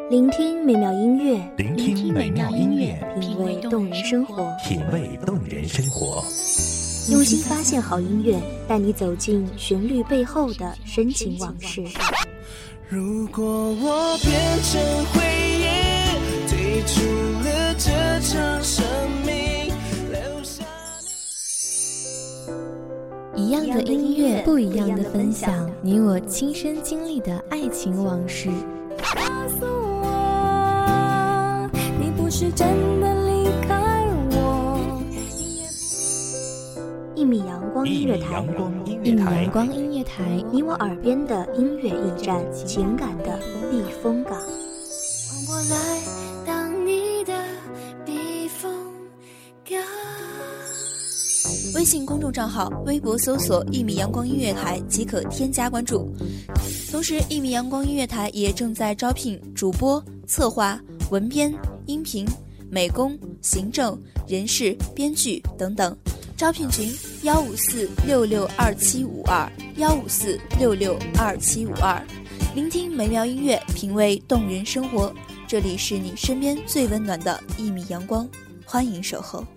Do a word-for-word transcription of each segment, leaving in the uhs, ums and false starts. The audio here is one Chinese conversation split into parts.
聆听美妙音乐， 聆听美妙音乐， 品味动人生活， 品味动人生活。 用心发现好音乐，带你走进旋律背后的深情往事。 如果我变成回忆，退出了这场生命，留下一样的音乐，不一样的分享，你我亲身经历的爱情往事。 告诉我，你不是真的离开我。 一米阳光音乐台， 一米阳光音乐台， 你我耳边的音乐驿站，情感的避风港。 让我来当你的避风港。 微信公众账号、微博搜索“一米阳光音乐台”即可添加关注。同时，一米阳光音乐台也正在招聘主播、策划、文编、音频、美工、行政、人事、编剧等等。招聘群：幺五四六六二七五二幺五四六六二七五二。聆听美妙音乐，品味动人生活。这里是你身边最温暖的一米阳光，欢迎守候。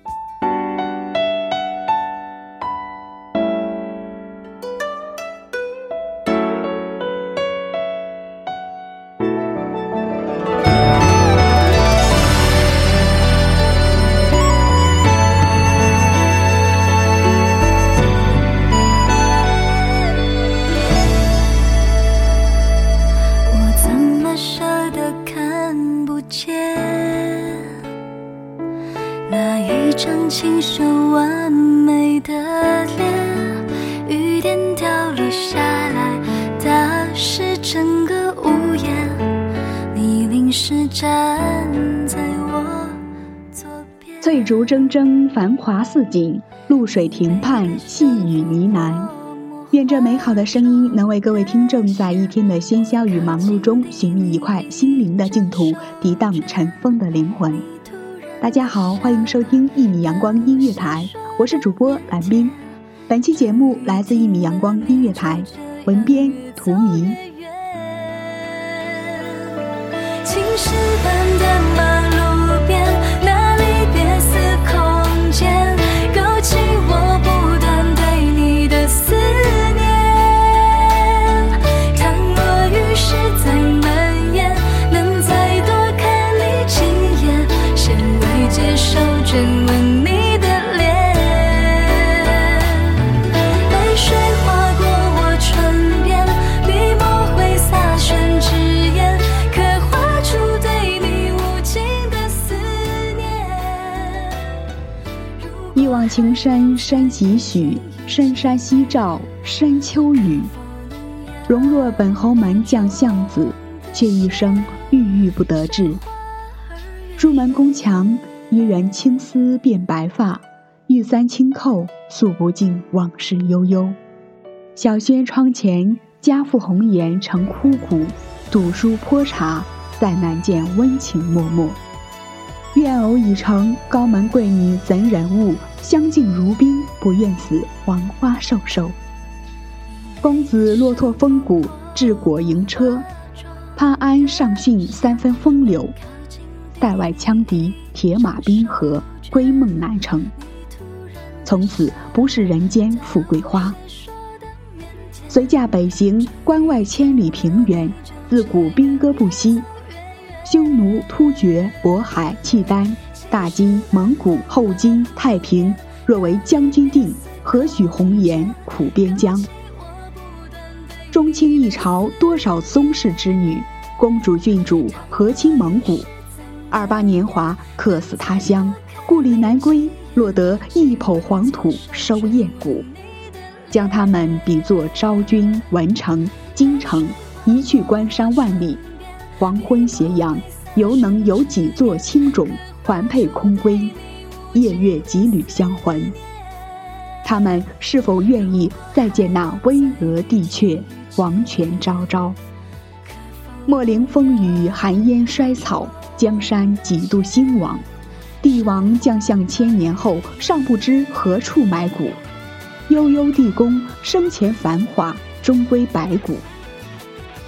清秀完美的脸，雨点掉落下来，打湿整个屋檐。你淋湿站在我左边。 翠竹铮铮，繁华似锦，露水亭畔，细雨呢喃。愿这美好的声音能为各位听众在一天的喧嚣与忙碌中寻觅一块心灵的净土，涤荡尘封的灵魂。大家好，欢迎收听一米阳光音乐台，我是主播蓝冰。本期节目来自一米阳光音乐台，文编图迷。 青石板的马路边，那里别似空间，勾起我不断对你的思念。看我于是在蔓延，能再多看你几眼，先为接受亲吻你的脸。泪水划过我唇边，笔墨会洒宣纸砚，刻画出对你无尽的思念。 一往情深，山几许，深山夕照，山秋雨。容若本侯门将相子，却一生郁郁不得志。入门宫墙，伊人青丝变白发，玉簪轻扣，诉不尽往事悠悠。小轩窗前，家父红颜成枯骨，赌书泼茶，再难见温情脉脉。愿偶已成，高门贵女怎忍悟？相敬如宾，不愿死黄花瘦瘦。公子骆驼风骨，治国营车，潘安上训三分风流。代外羌笛，铁马冰河，归梦难成。从此不是人间富贵花。随驾北行，关外千里平原，自古兵戈不息。匈奴、突厥、渤海、契丹、大金、蒙古、后金、太平，若为将军定，何许红颜苦边疆。中清一朝，多少宗室之女，公主郡主和亲蒙古。二八年华，客死他乡，故里难归，落得一抔黄土收雁骨。将他们比作昭君、文成、京城，一去关山万里，黄昏斜阳，犹能有几座青冢环佩空闺，夜月几缕香魂。他们是否愿意再见那巍峨帝阙，黄泉昭昭？莫凌风雨，寒烟衰草，江山几度兴亡。帝王将相千年后，尚不知何处埋骨。悠悠地宫，生前繁华，终归白骨。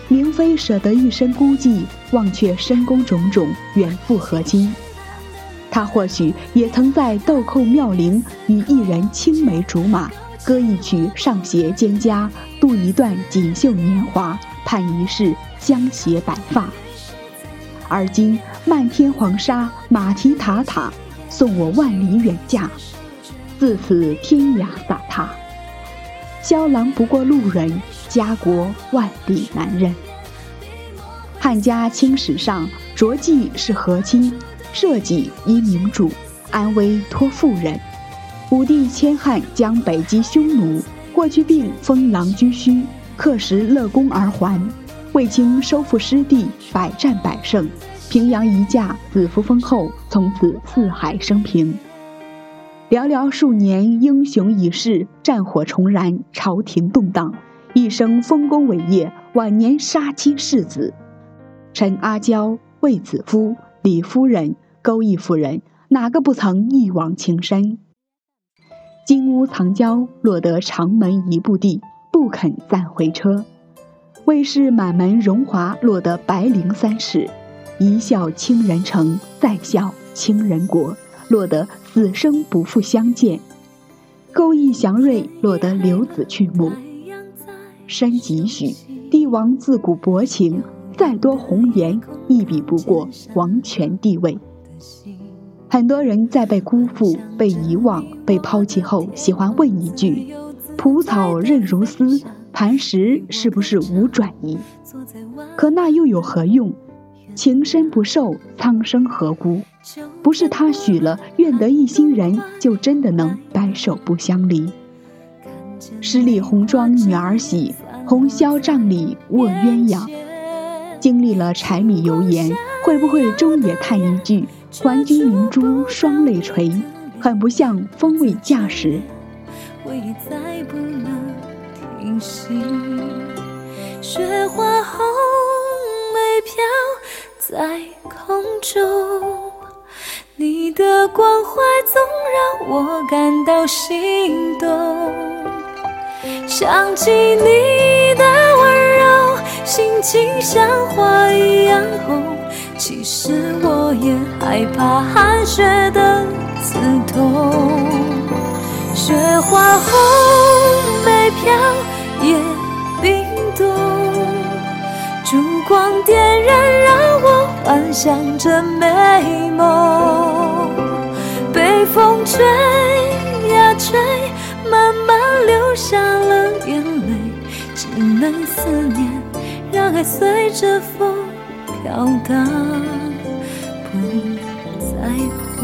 明妃舍得一身孤寂，忘却深宫种种，远赴和亲。她或许也曾在豆蔻妙龄与一人青梅竹马，歌一曲上携蒹葭，度一段锦绣年华，盼一世香携白发。而今漫天黄沙，马蹄塔塔，送我万里远嫁，自此天涯洒踏。萧郎不过路人，家国万里难认。汉家清史上，着记是和亲，社稷依明主，安危托妇人。武帝迁汉，将北击匈奴，霍去病封狼居胥，刻石乐功而还。卫青收复失地，百战百胜。平阳一驾，子服封后，从此四海升平。寥寥数年，英雄已逝，战火重燃，朝廷动荡，一生丰功伟业，晚年杀妻弑子。陈阿娇、卫子夫、李夫人、钩弋夫人，哪个不曾一往情深？金屋藏娇，落得长门一步地，不肯暂回车。卫氏满门荣华，落得白绫三室。一笑倾人城，再笑倾人国，落得死生不复相见。钩弋祥瑞，落得留子去墓。山几许，帝王自古薄情，再多红颜，亦比不过王权地位。很多人在被辜负、被遗忘、被抛弃后，喜欢问一句：蒲草韧如丝，磐石是不是无转移？可那又有何用？情深不寿，苍生何辜？不是他许了愿得一心人，就真的能白首不相离。十里红妆女儿喜，红绡帐里卧鸳鸯。经历了柴米油盐，会不会终也叹一句：还君明珠双泪垂，很不像风味驾驶。 我也再不能停息，雪花红梅飘在空中，你的关怀总让我感到心动。想起你的温柔，心情像花一样红。其实我也害怕寒雪的刺痛。雪花红梅飘也冰冻，烛光点燃让我幻想着美梦。北风吹呀吹，慢慢流下了眼泪，只能思念，让爱随着风飘荡，不再回。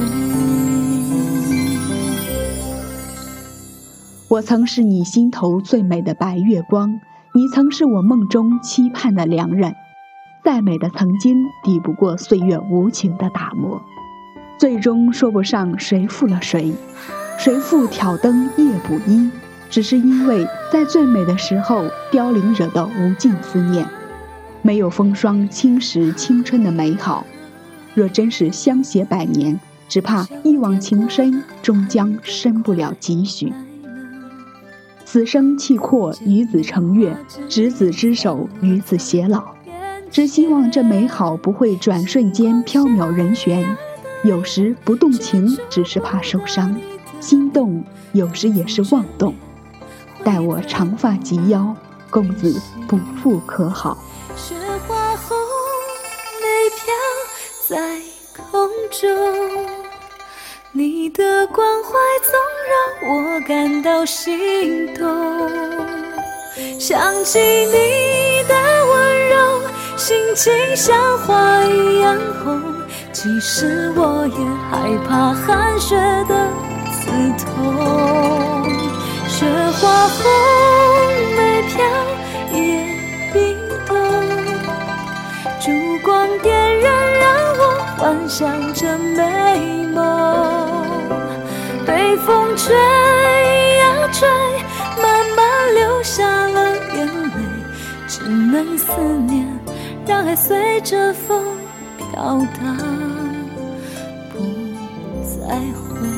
我曾是你心头最美的白月光，你曾是我梦中期盼的良人。再美的曾经，抵不过岁月无情的打磨。最终说不上谁负了谁，谁负挑灯夜补衣，只是因为在最美的时候凋零，惹得无尽思念。没有风霜侵蚀青春的美好，若真是相携百年，只怕一往情深，终将深不了几许。此生契阔，与子成悦，执子之手，与子偕老。只希望这美好不会转瞬间飘渺人旋。有时不动情，只是怕受伤；心动，有时也是妄动。待我长发及腰，公子不负可好。 雪花红梅飘在空中，你的关怀总让我感到心动。想起你的温柔，心情像花一样红。其实我也害怕寒雪的刺痛。雪花红梅飘也冰冻，烛光点燃让我幻想着美梦。北风吹呀吹，慢慢流下了眼泪，只能思念，让爱随着风飘荡，不再回。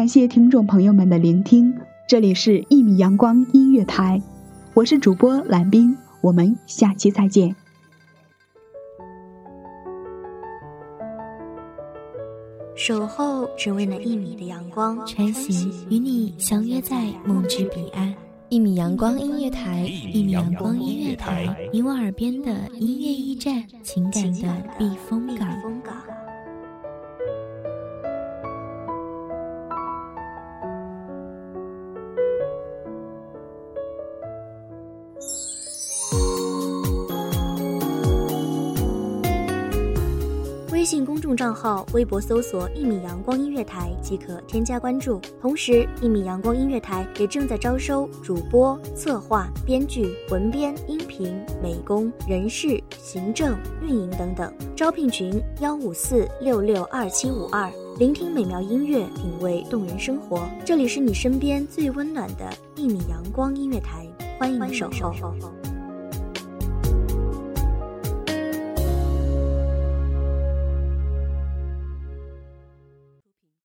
感谢听众朋友们的聆听，这里是一米阳光音乐台，我是主播蓝冰，我们下期再见。 守候只为那一米的阳光， 穿行与你相约在梦之彼岸。一米阳光音乐台，一米阳光音乐台，你我耳边的音乐驿站，情感的避风港。 微信公众账号、微博搜索“一米阳光音乐台”即可添加关注。同时，一米阳光音乐台也正在招收主播、策划、编剧、文编、音频、美工、人事、行政、运营等等。招聘群：幺五四六六二七五二。聆听美妙音乐，品味动人生活。这里是你身边最温暖的一米阳光音乐台，欢迎守候。